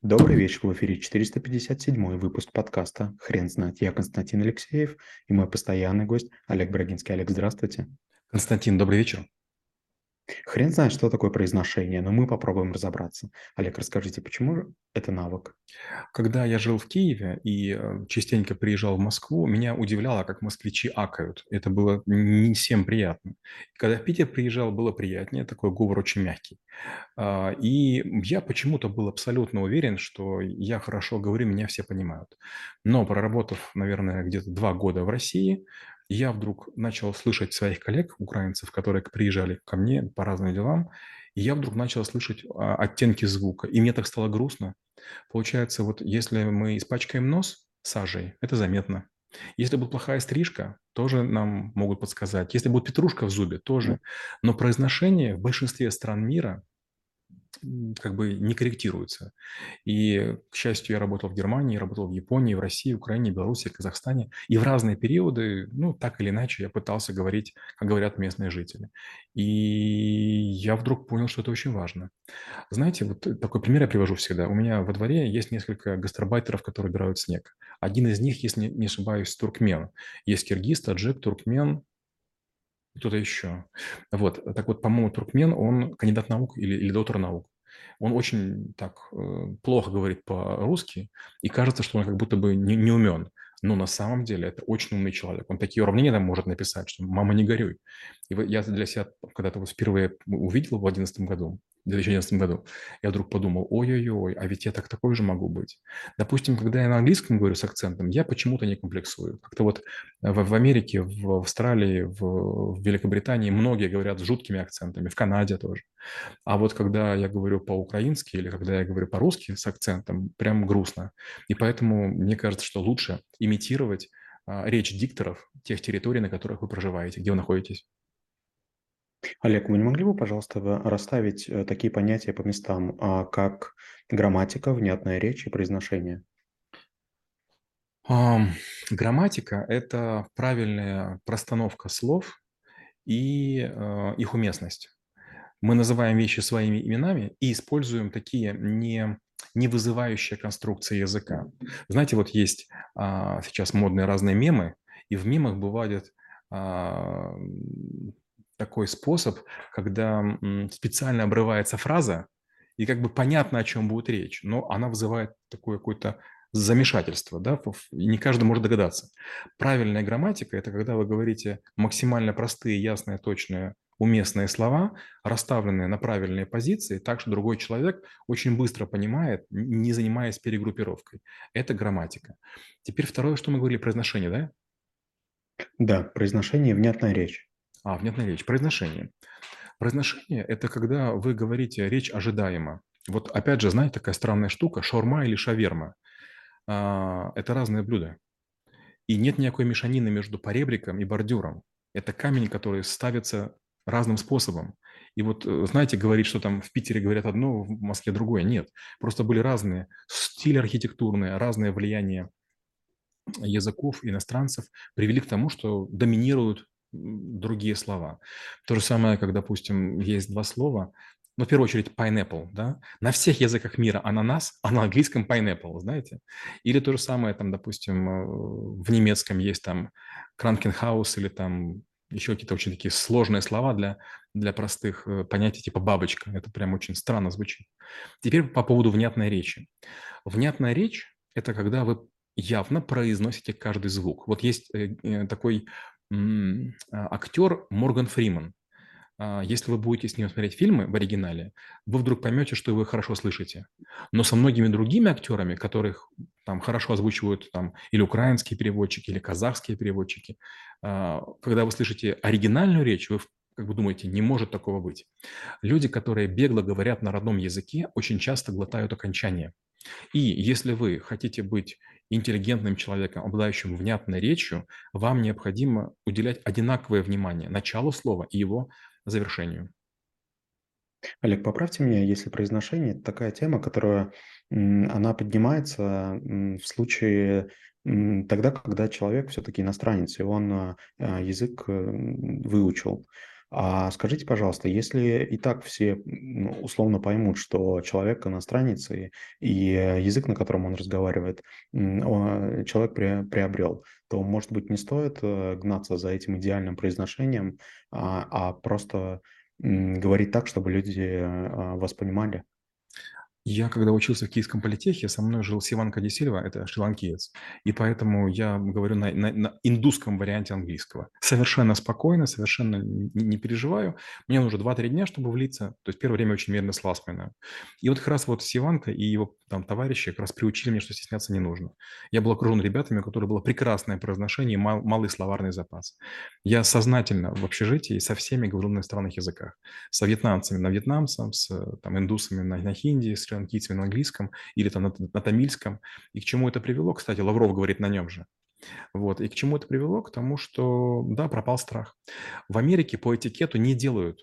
Добрый вечер, в эфире 457 выпуск подкаста «Хрен знать». Я Константин Алексеев и мой постоянный гость Олег Брагинский. Олег, здравствуйте. Константин, добрый вечер. Хрен знает, что такое произношение, но мы попробуем разобраться. Олег, расскажите, почему же это навык? Когда я жил в Киеве и частенько приезжал в Москву, меня удивляло, как москвичи акают. Это было не всем приятно. Когда в Питер приезжал, было приятнее, такой говор очень мягкий. И я почему-то был абсолютно уверен, что я хорошо говорю, меня все понимают. Но проработав, наверное, где-то 2 года в России, я вдруг начал слышать своих коллег, украинцев, которые приезжали ко мне по разным делам, и я вдруг начал слышать оттенки звука. И мне так стало грустно. Получается, вот если мы испачкаем нос сажей, это заметно. Если будет плохая стрижка, тоже нам могут подсказать. Если будет петрушка в зубе, тоже. Но произношение в большинстве стран мира как бы не корректируется. И, к счастью, я работал в Германии, работал в Японии, в России, Украине, Беларуси, Казахстане. И в разные периоды, ну, так или иначе, я пытался говорить, как говорят местные жители. И я вдруг понял, что это очень важно. Знаете, вот такой пример я привожу всегда. У меня во дворе есть несколько гастарбайтеров, которые убирают снег. Один из них, если не ошибаюсь, туркмен. Есть киргиз, таджик, туркмен, кто-то еще. Вот. Так вот, по-моему, туркмен, он кандидат наук или доктор наук. Он очень так плохо говорит по-русски, и кажется, что он как будто бы не умен. Но на самом деле это очень умный человек. Он такие уравнения там может написать, что «мама, не горюй». И вот я для себя когда-то вот впервые увидел в 2011 году, я вдруг подумал, ой-ой-ой, а ведь я такой же могу быть. Допустим, когда я на английском говорю с акцентом, я почему-то не комплексую. Как-то вот в Америке, в Австралии, в Великобритании многие говорят с жуткими акцентами, в Канаде тоже. А вот когда я говорю по-украински или когда я говорю по-русски с акцентом, прям грустно. И поэтому мне кажется, что лучше имитировать речь дикторов тех территорий, на которых вы проживаете, где вы находитесь. Олег, вы не могли бы, пожалуйста, расставить такие понятия по местам, как грамматика, внятная речь и произношение? Ам, Грамматика – это правильная простановка слов и их уместность. Мы называем вещи своими именами и используем такие не вызывающие конструкции языка. Знаете, вот есть сейчас модные разные мемы, и в мемах бывает а, такой способ, когда специально обрывается фраза, и как бы понятно, о чем будет речь, но она вызывает такое какое-то замешательство, да, и не каждый может догадаться. Правильная грамматика – это когда вы говорите максимально простые, ясные, точные, уместные слова, расставленные на правильные позиции, так что другой человек очень быстро понимает, не занимаясь перегруппировкой. Это грамматика. Теперь второе, что мы говорили, произношение, да? Да, произношение и внятная речь. Внятная речь. Произношение. Произношение – это когда вы говорите речь ожидаемо. Вот опять же, знаете, такая странная штука – шаурма или шаверма. Это разные блюда. И нет никакой мешанины между поребриком и бордюром. Это камень, который ставится разным способом. И вот, знаете, говорить, что там в Питере говорят одно, в Москве другое. Нет. Просто были разные стили архитектурные, разное влияние языков иностранцев привели к тому, что доминируют другие слова. То же самое, как, допустим, есть два слова, ну, в первую очередь, pineapple, да, на всех языках мира ананас, а на английском pineapple, знаете. Или то же самое, там, допустим, в немецком есть там Krankenhaus или там еще какие-то очень такие сложные слова для простых понятий, типа бабочка. Это прям очень странно звучит. Теперь по поводу внятной речи. Внятная речь – это когда вы явно произносите каждый звук. Вот есть такой актер Морган Фриман. Если вы будете с ним смотреть фильмы в оригинале, вы вдруг поймете, что вы хорошо слышите. Но со многими другими актерами, которых там хорошо озвучивают там или украинские переводчики, или казахские переводчики, когда вы слышите оригинальную речь, вы как бы думаете, не может такого быть. Люди, которые бегло говорят на родном языке, очень часто глотают окончания. И если вы хотите быть интеллигентным человеком, обладающим внятной речью, вам необходимо уделять одинаковое внимание началу слова и его завершению. Олег, поправьте меня, если произношение – это такая тема, которая, она поднимается в случае тогда, когда человек все-таки иностранец, и он язык выучил. А скажите, пожалуйста, если и так все условно поймут, что человек иностранец и язык, на котором он разговаривает, человек приобрел, то, может быть, не стоит гнаться за этим идеальным произношением, а просто говорить так, чтобы люди вас понимали? Я, когда учился в Киевском политехе, со мной жил Сиван Кадисильва, это шри-ланкиец, и поэтому я говорю на индусском варианте английского. Совершенно спокойно, совершенно не переживаю. Мне нужно 2-3 дня, чтобы влиться, то есть первое время очень медленно слова вспоминаю. И вот как раз вот Сиванка и его там товарищи как раз приучили меня, что стесняться не нужно. Я был окружен ребятами, у которых было прекрасное произношение и малый словарный запас. Я сознательно в общежитии со всеми говорил на иностранных языках. С вьетнамцами на вьетнамском, с там, индусами на хинди, с шри-ланкийцами на английском или там на тамильском. И к чему это привело? Кстати, Лавров говорит на нем же. Вот. И к чему это привело? К тому, что, да, пропал страх. В Америке по этикету не делают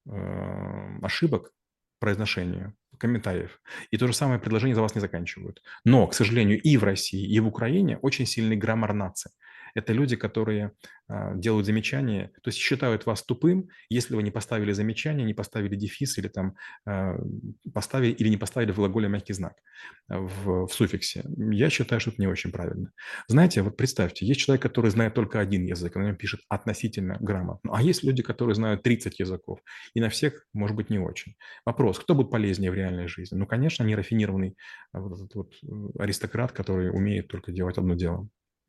ошибок произношения, комментариев. И то же самое предложение за вас не заканчивают. Но, к сожалению, и в России, и в Украине очень сильный граммар нации. Это люди, которые делают замечания, то есть считают вас тупым, если вы не поставили замечание, не поставили дефис или там поставили или не поставили в глаголе мягкий знак в суффиксе. Я считаю, что это не очень правильно. Знаете, вот представьте, есть человек, который знает только один язык, он на нем пишет относительно грамотно, а есть люди, которые знают 30 языков, и на всех, может быть, не очень. Вопрос, кто будет полезнее в реальной жизни? Ну, конечно, нерафинированный вот этот вот аристократ, который умеет только делать одно дело.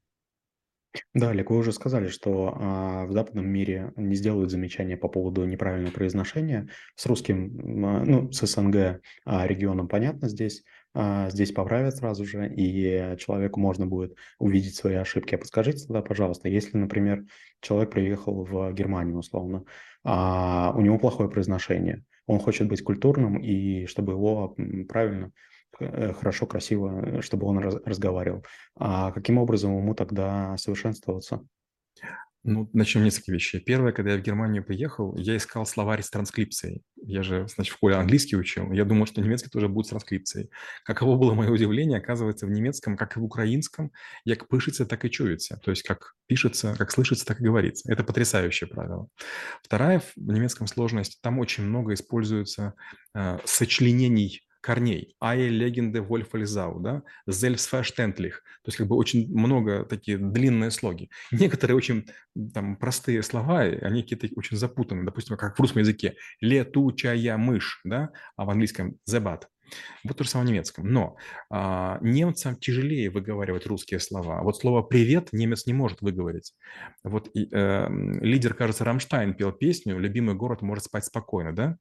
Да, Олег, вы уже сказали, что в западном мире не сделают замечания по поводу неправильного произношения. С русским, ну, с СНГ регионом понятно здесь. Здесь поправят сразу же, и человеку можно будет увидеть свои ошибки. А подскажите тогда, пожалуйста, если, например, человек приехал в Германию, условно, у него плохое произношение, он хочет быть культурным, и чтобы его правильно, хорошо, красиво, чтобы он разговаривал. А каким образом ему тогда совершенствоваться? Ну, начнем с нескольких вещей. Первое, когда я в Германию приехал, я искал словарь с транскрипцией. Я же, значит, в школе английский учил. Я думал, что немецкий тоже будет с транскрипцией. Каково было мое удивление, оказывается, в немецком, как и в украинском, як пишется, так и чуется. То есть, как пишется, как слышится, так и говорится. Это потрясающее правило. Вторая в немецком сложность, там очень много используется сочленений корней. Ая легенде Вольфальзау, да, selbstverständlich. То есть как бы очень много такие длинные слоги. Некоторые очень там простые слова, они какие-то очень запутанные. Допустим, как в русском языке летучая мышь, да, а в английском the bat. Вот то же самое в немецком. Но немцам тяжелее выговаривать русские слова. Вот слово «привет» немец не может выговорить. Вот лидер, кажется, Рамштайн пел песню «Любимый город может спать спокойно», да?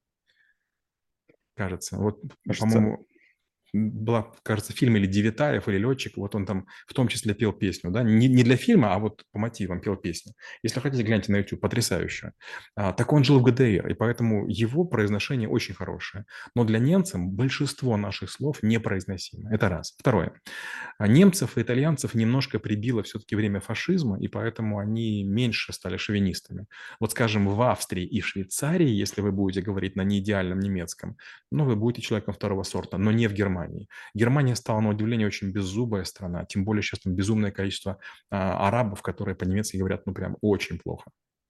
Кажется. Вот, Кажется, по-моему, была, кажется, фильм или Девятаев, или Летчик, вот он там в том числе пел песню, да, не для фильма, а вот по мотивам пел песню. Если хотите, гляньте на YouTube, потрясающе. Так он жил в ГДР, и поэтому его произношение очень хорошее. Но для немцев большинство наших слов непроизносимо. Это раз. Второе. Немцев и итальянцев немножко прибило все-таки время фашизма, и поэтому они меньше стали шовинистами. Вот, скажем, в Австрии и Швейцарии, если вы будете говорить на неидеальном немецком, ну, вы будете человеком второго сорта, но не в Германии. Германия стала, на удивление, очень беззубая страна, тем более сейчас там безумное количество арабов, которые по-немецки говорят, ну, прям очень плохо.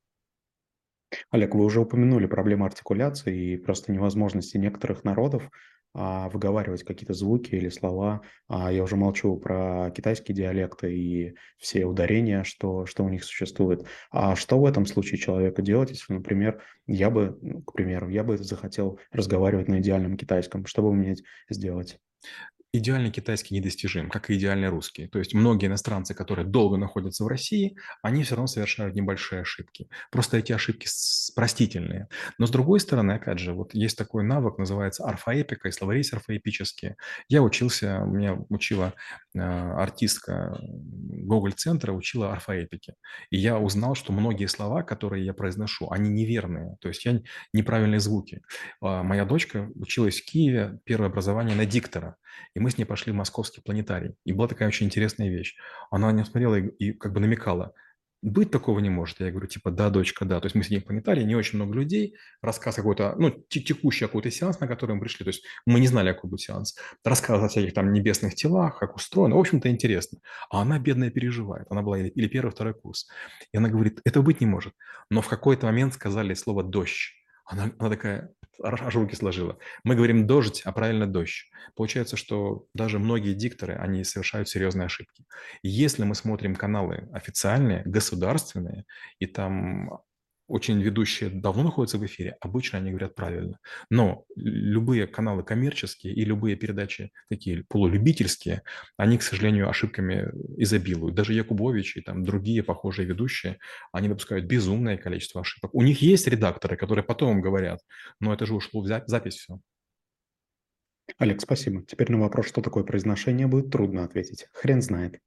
Олег, вы уже упомянули проблему артикуляции и просто невозможности некоторых народов выговаривать какие-то звуки или слова. Я уже молчу про китайские диалекты и все ударения, что у них существует. А что в этом случае человеку делать, если, например, к примеру, я бы захотел разговаривать на идеальном китайском? Что бы мне сделать? Идеальный китайский недостижим, как и идеальный русский. То есть многие иностранцы, которые долго находятся в России, они все равно совершают небольшие ошибки. Просто эти ошибки простительные. Но с другой стороны, опять же, вот есть такой навык, называется орфоэпика, и словари есть орфоэпические. Я учился, меня учила артистка Гоголь-центра, учила орфоэпике. И я узнал, что многие слова, которые я произношу, они неверные. То есть я неправильные звуки. Моя дочка училась в Киеве, первое образование на диктора. И мы с ней пошли в московский планетарий. И была такая очень интересная вещь. Она на меня смотрела и как бы намекала. Быть такого не может. Я говорю, типа, да, дочка, да. То есть мы сидим в планетарии, не очень много людей, рассказ какой-то, ну, текущий какой-то сеанс, на который мы пришли. То есть мы не знали, какой будет сеанс. Рассказ о всяких там небесных телах, как устроено. В общем-то, интересно. А она, бедная, переживает. Она была или первый, второй курс. И она говорит, этого быть не может. Но в какой-то момент сказали слово «дождь». Она такая, аж руки сложила. Мы говорим «дождь», а правильно «дождь». Получается, что даже многие дикторы, они совершают серьезные ошибки. Если мы смотрим каналы официальные, государственные, и там очень ведущие давно находятся в эфире, обычно они говорят правильно. Но любые каналы коммерческие и любые передачи такие полулюбительские, они, к сожалению, ошибками изобилуют. Даже Якубович и там другие похожие ведущие, они допускают безумное количество ошибок. У них есть редакторы, которые потом им говорят, но это же ушло в запись все. Олег, спасибо. Теперь на вопрос, что такое произношение, будет трудно ответить. Хрен знает.